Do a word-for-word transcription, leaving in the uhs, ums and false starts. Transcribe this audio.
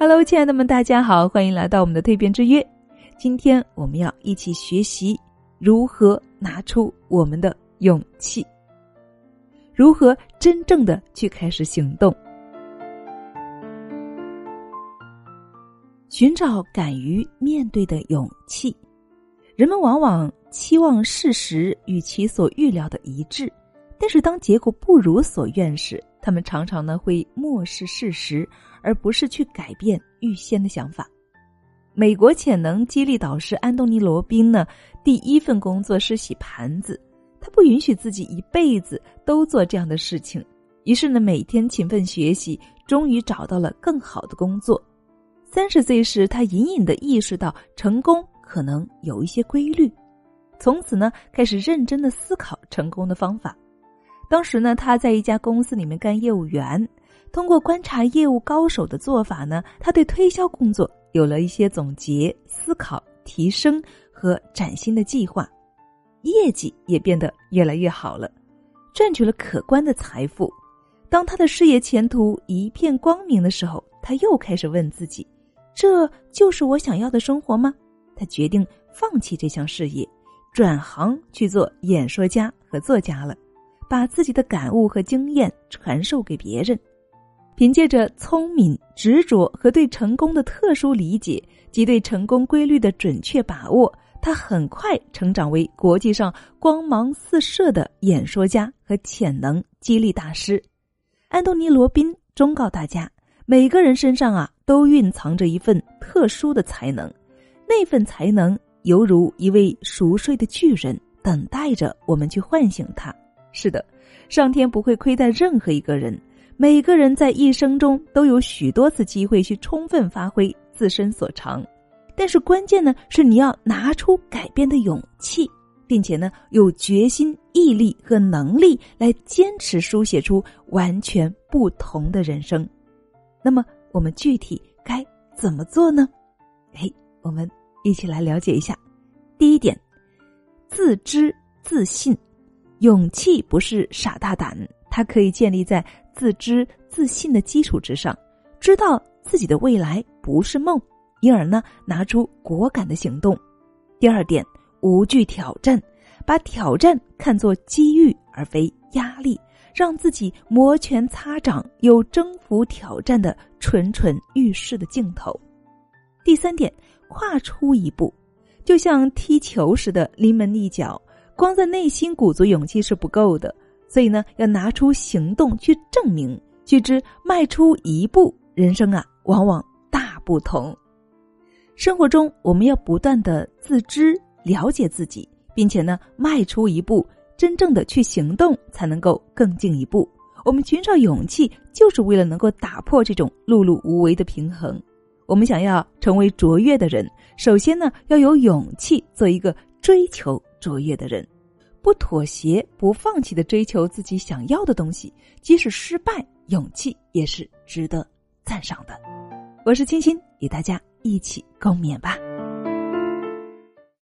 Hello， 亲爱的们，大家好，欢迎来到我们的蜕变之约。今天我们要一起学习如何拿出我们的勇气，如何真正的去开始行动。寻找敢于面对的勇气。人们往往期望事实与其所预料的一致，但是当结果不如所愿时，他们常常呢会漠视事实，而不是去改变预先的想法。美国潜能激励导师安东尼·罗宾呢，第一份工作是洗盘子，他不允许自己一辈子都做这样的事情，于是呢每天勤奋学习，终于找到了更好的工作。三十岁时，他隐隐地意识到成功可能有一些规律，从此呢开始认真地思考成功的方法。当时呢他在一家公司里面干业务员，通过观察业务高手的做法呢，他对推销工作有了一些总结、思考、提升和崭新的计划，业绩也变得越来越好了，赚取了可观的财富。当他的事业前途一片光明的时候，他又开始问自己，这就是我想要的生活吗？他决定放弃这项事业，转行去做演说家和作家了，把自己的感悟和经验传授给别人。凭借着聪明、执着和对成功的特殊理解及对成功规律的准确把握，他很快成长为国际上光芒四射的演说家和潜能激励大师。安东尼·罗宾忠告大家，每个人身上啊都蕴藏着一份特殊的才能，那份才能犹如一位熟睡的巨人，等待着我们去唤醒它。是的，上天不会亏待任何一个人，每个人在一生中都有许多次机会去充分发挥自身所长，但是关键呢是你要拿出改变的勇气，并且呢有决心、毅力和能力来坚持书写出完全不同的人生。那么我们具体该怎么做呢？哎，我们一起来了解一下。第一点，自知自信。勇气不是傻大胆，它可以建立在自知自信的基础之上，知道自己的未来不是梦，因而呢拿出果敢的行动。第二点，无惧挑战，把挑战看作机遇而非压力，让自己摩拳擦掌，有征服挑战的蠢蠢欲试的劲头。第三点，跨出一步，就像踢球时的临门一脚，光在内心鼓足勇气是不够的，所以呢要拿出行动去证明，须知迈出一步，人生啊往往大不同。生活中我们要不断的自知了解自己，并且呢迈出一步，真正的去行动，才能够更进一步。我们寻找勇气就是为了能够打破这种碌碌无为的平衡。我们想要成为卓越的人，首先呢要有勇气做一个追求卓越的人，不妥协不放弃的追求自己想要的东西，即使失败，勇气也是值得赞赏的。我是清新，与大家一起共勉吧。